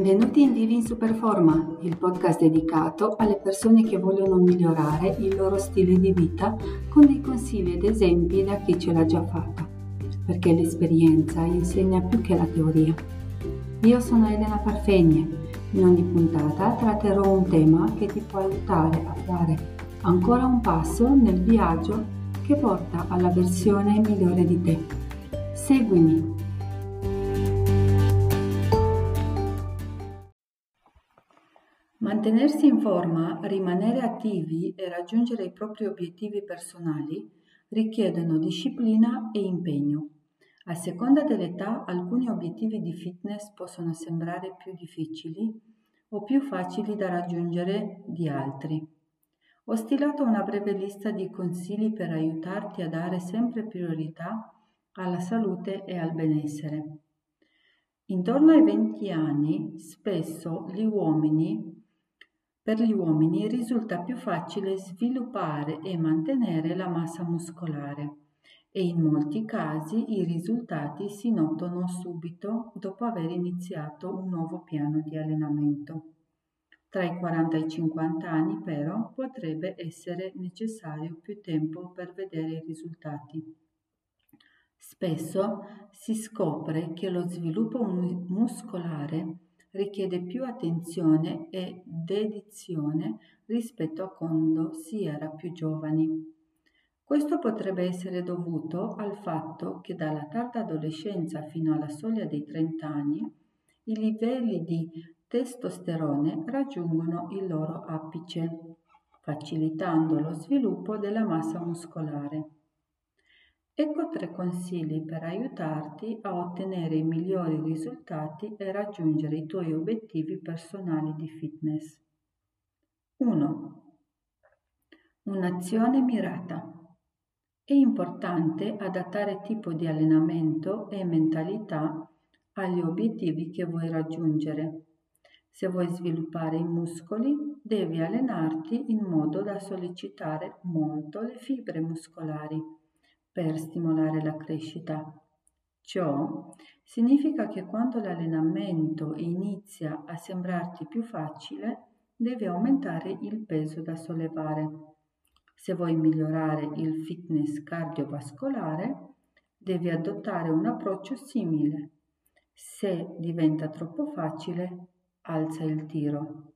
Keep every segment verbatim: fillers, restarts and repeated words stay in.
Benvenuti in Vivi in Superforma, il podcast dedicato alle persone che vogliono migliorare il loro stile di vita con dei consigli ed esempi da chi ce l'ha già fatta, perché l'esperienza insegna più che la teoria. Io sono Elena Parfegne, in ogni puntata tratterò un tema che ti può aiutare a fare ancora un passo nel viaggio che porta alla versione migliore di te. Seguimi! Mantenersi in forma, rimanere attivi e raggiungere i propri obiettivi personali richiedono disciplina e impegno. A seconda dell'età, alcuni obiettivi di fitness possono sembrare più difficili o più facili da raggiungere di altri. Ho stilato una breve lista di consigli per aiutarti a dare sempre priorità alla salute e al benessere. Intorno ai venti anni, spesso gli uomini Per gli uomini risulta più facile sviluppare e mantenere la massa muscolare e in molti casi i risultati si notano subito dopo aver iniziato un nuovo piano di allenamento. Tra i quaranta e i cinquanta anni però potrebbe essere necessario più tempo per vedere i risultati. Spesso si scopre che lo sviluppo mu- muscolare richiede più attenzione e dedizione rispetto a quando si era più giovani. Questo potrebbe essere dovuto al fatto che dalla tarda adolescenza fino alla soglia dei trenta anni i livelli di testosterone raggiungono il loro apice, facilitando lo sviluppo della massa muscolare. Ecco tre consigli per aiutarti a ottenere i migliori risultati e raggiungere i tuoi obiettivi personali di fitness. uno. Un'azione mirata. È importante adattare tipo di allenamento e mentalità agli obiettivi che vuoi raggiungere. Se vuoi sviluppare i muscoli, devi allenarti in modo da sollecitare molto le fibre muscolari per stimolare la crescita. Ciò significa che quando l'allenamento inizia a sembrarti più facile, devi aumentare il peso da sollevare. Se vuoi migliorare il fitness cardiovascolare, devi adottare un approccio simile. Se diventa troppo facile, alza il tiro.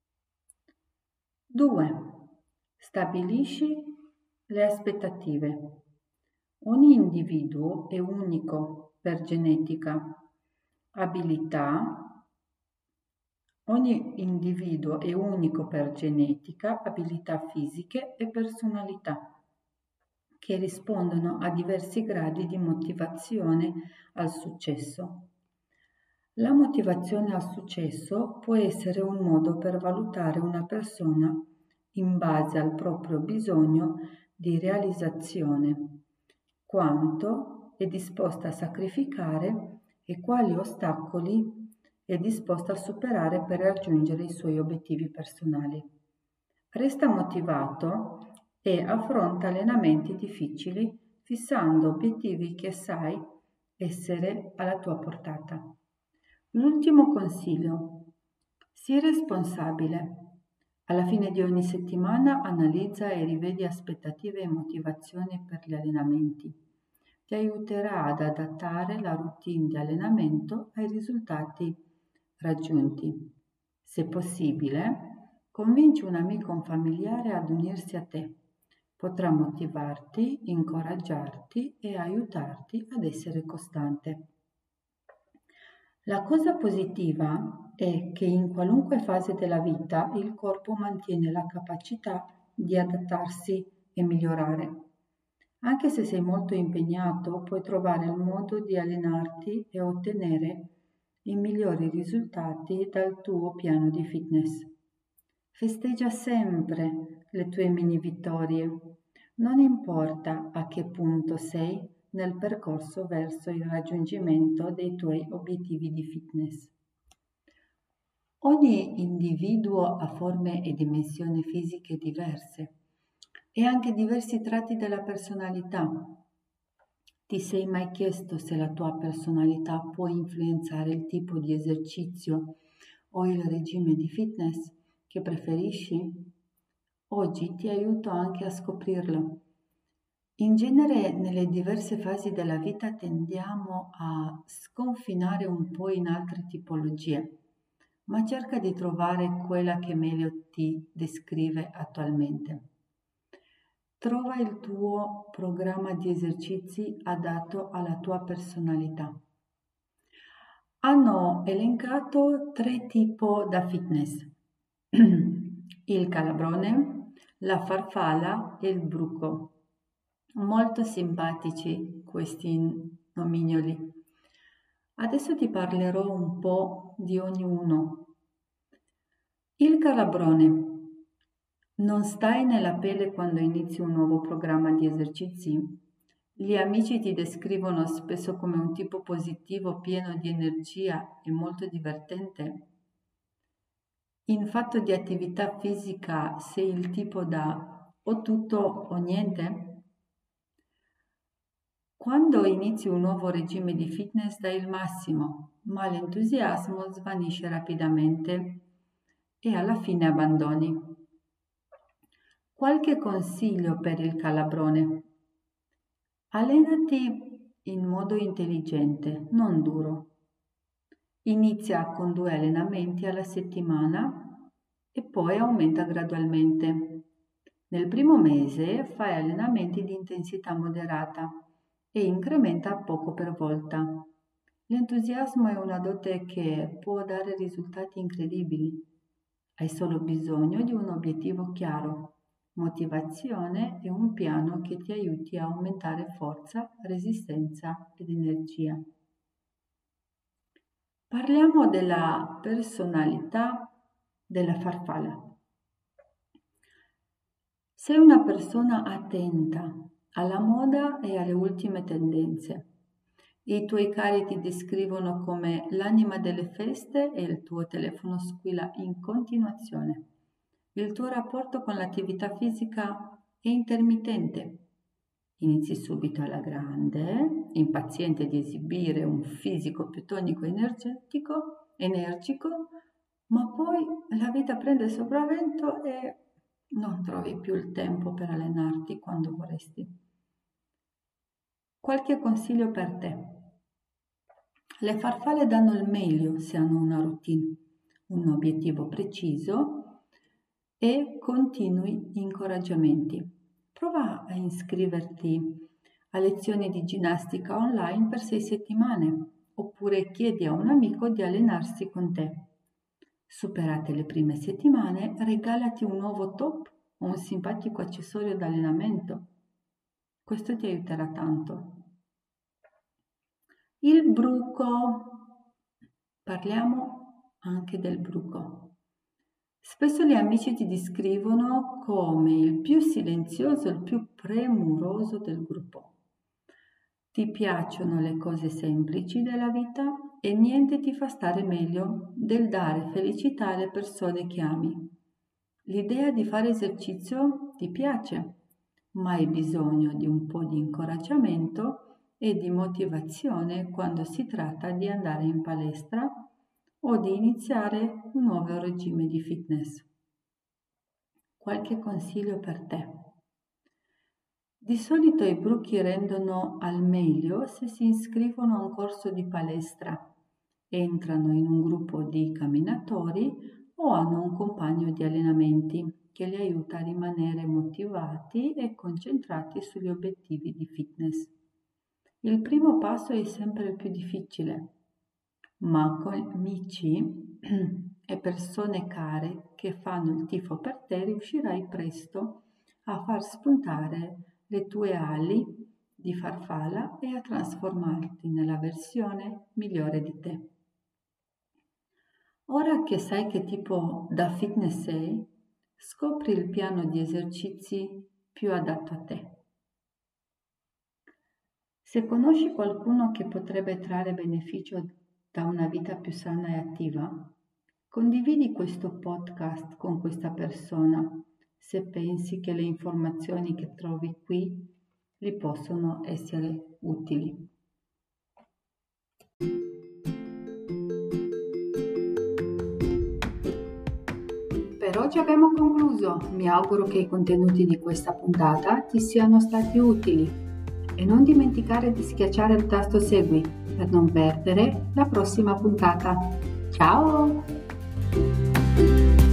due. Stabilisci le aspettative. Ogni individuo è unico per genetica, abilità. Ogni individuo è unico per genetica, abilità fisiche e personalità, che rispondono a diversi gradi di motivazione al successo. La motivazione al successo può essere un modo per valutare una persona in base al proprio bisogno di realizzazione, quanto è disposta a sacrificare e quali ostacoli è disposta a superare per raggiungere i suoi obiettivi personali. Resta motivato e affronta allenamenti difficili, fissando obiettivi che sai essere alla tua portata. L'ultimo consiglio: sii responsabile. Alla fine di ogni settimana analizza e rivedi aspettative e motivazioni per gli allenamenti. Ti aiuterà ad adattare la routine di allenamento ai risultati raggiunti. Se possibile, convinci un amico o un familiare ad unirsi a te. Potrà motivarti, incoraggiarti e aiutarti ad essere costante. La cosa positiva è che in qualunque fase della vita il corpo mantiene la capacità di adattarsi e migliorare. Anche se sei molto impegnato, puoi trovare il modo di allenarti e ottenere i migliori risultati dal tuo piano di fitness. Festeggia sempre le tue mini vittorie. Non importa a che punto sei nel percorso verso il raggiungimento dei tuoi obiettivi di fitness. Ogni individuo ha forme e dimensioni fisiche diverse e anche diversi tratti della personalità. Ti sei mai chiesto se la tua personalità può influenzare il tipo di esercizio o il regime di fitness che preferisci? Oggi ti aiuto anche a scoprirlo. In genere nelle diverse fasi della vita tendiamo a sconfinare un po' in altre tipologie, ma cerca di trovare quella che meglio ti descrive attualmente. Trova il tuo programma di esercizi adatto alla tua personalità. Hanno elencato tre tipi da fitness: il calabrone, la farfalla e il bruco. Molto simpatici questi nomignoli. Adesso ti parlerò un po' di ognuno. Il calabrone. Non stai nella pelle quando inizi un nuovo programma di esercizi? Gli amici ti descrivono spesso come un tipo positivo, pieno di energia e molto divertente. In fatto di attività fisica sei il tipo da o tutto o niente? Quando inizi un nuovo regime di fitness dai il massimo, ma l'entusiasmo svanisce rapidamente e alla fine abbandoni. Qualche consiglio per il calabrone: allenati in modo intelligente, non duro. Inizia con due allenamenti alla settimana e poi aumenta gradualmente. Nel primo mese fai allenamenti di intensità moderata e incrementa poco per volta. L'entusiasmo è una dote che può dare risultati incredibili. Hai solo bisogno di un obiettivo chiaro, motivazione e un piano che ti aiuti a aumentare forza, resistenza ed energia. Parliamo della personalità della farfalla. Sei una persona attenta alla moda e alle ultime tendenze. I tuoi cari ti descrivono come l'anima delle feste e il tuo telefono squilla in continuazione. Il tuo rapporto con l'attività fisica è intermittente. Inizi subito alla grande, impaziente di esibire un fisico più tonico e energetico, energico, ma poi la vita prende il sopravvento e non trovi più il tempo per allenarti quando vorresti. Qualche consiglio per te. Le farfalle danno il meglio se hanno una routine, un obiettivo preciso e continui incoraggiamenti. Prova a iscriverti a lezioni di ginnastica online per sei settimane oppure chiedi a un amico di allenarsi con te. Superate le prime settimane, regalati un nuovo top o un simpatico accessorio d'allenamento. Questo ti aiuterà tanto. Il bruco. Parliamo anche del bruco. Spesso gli amici ti descrivono come il più silenzioso, il più premuroso del gruppo. Ti piacciono le cose semplici della vita e niente ti fa stare meglio del dare felicità alle persone che ami. L'idea di fare esercizio ti piace, ma hai bisogno di un po' di incoraggiamento e di motivazione quando si tratta di andare in palestra o di iniziare un nuovo regime di fitness. Qualche consiglio per te. Di solito i bruchi rendono al meglio se si iscrivono a un corso di palestra, entrano in un gruppo di camminatori o hanno un compagno di allenamenti che li aiuta a rimanere motivati e concentrati sugli obiettivi di fitness. Il primo passo è sempre il più difficile, ma con amici e persone care che fanno il tifo per te riuscirai presto a far spuntare le tue ali di farfalla e a trasformarti nella versione migliore di te. Ora che sai che tipo da fitness sei, scopri il piano di esercizi più adatto a te. Se conosci qualcuno che potrebbe trarre beneficio da una vita più sana e attiva, condividi questo podcast con questa persona se pensi che le informazioni che trovi qui gli possono essere utili. Per oggi abbiamo concluso. Mi auguro che i contenuti di questa puntata ti siano stati utili e non dimenticare di schiacciare il tasto segui per non perdere la prossima puntata. Ciao!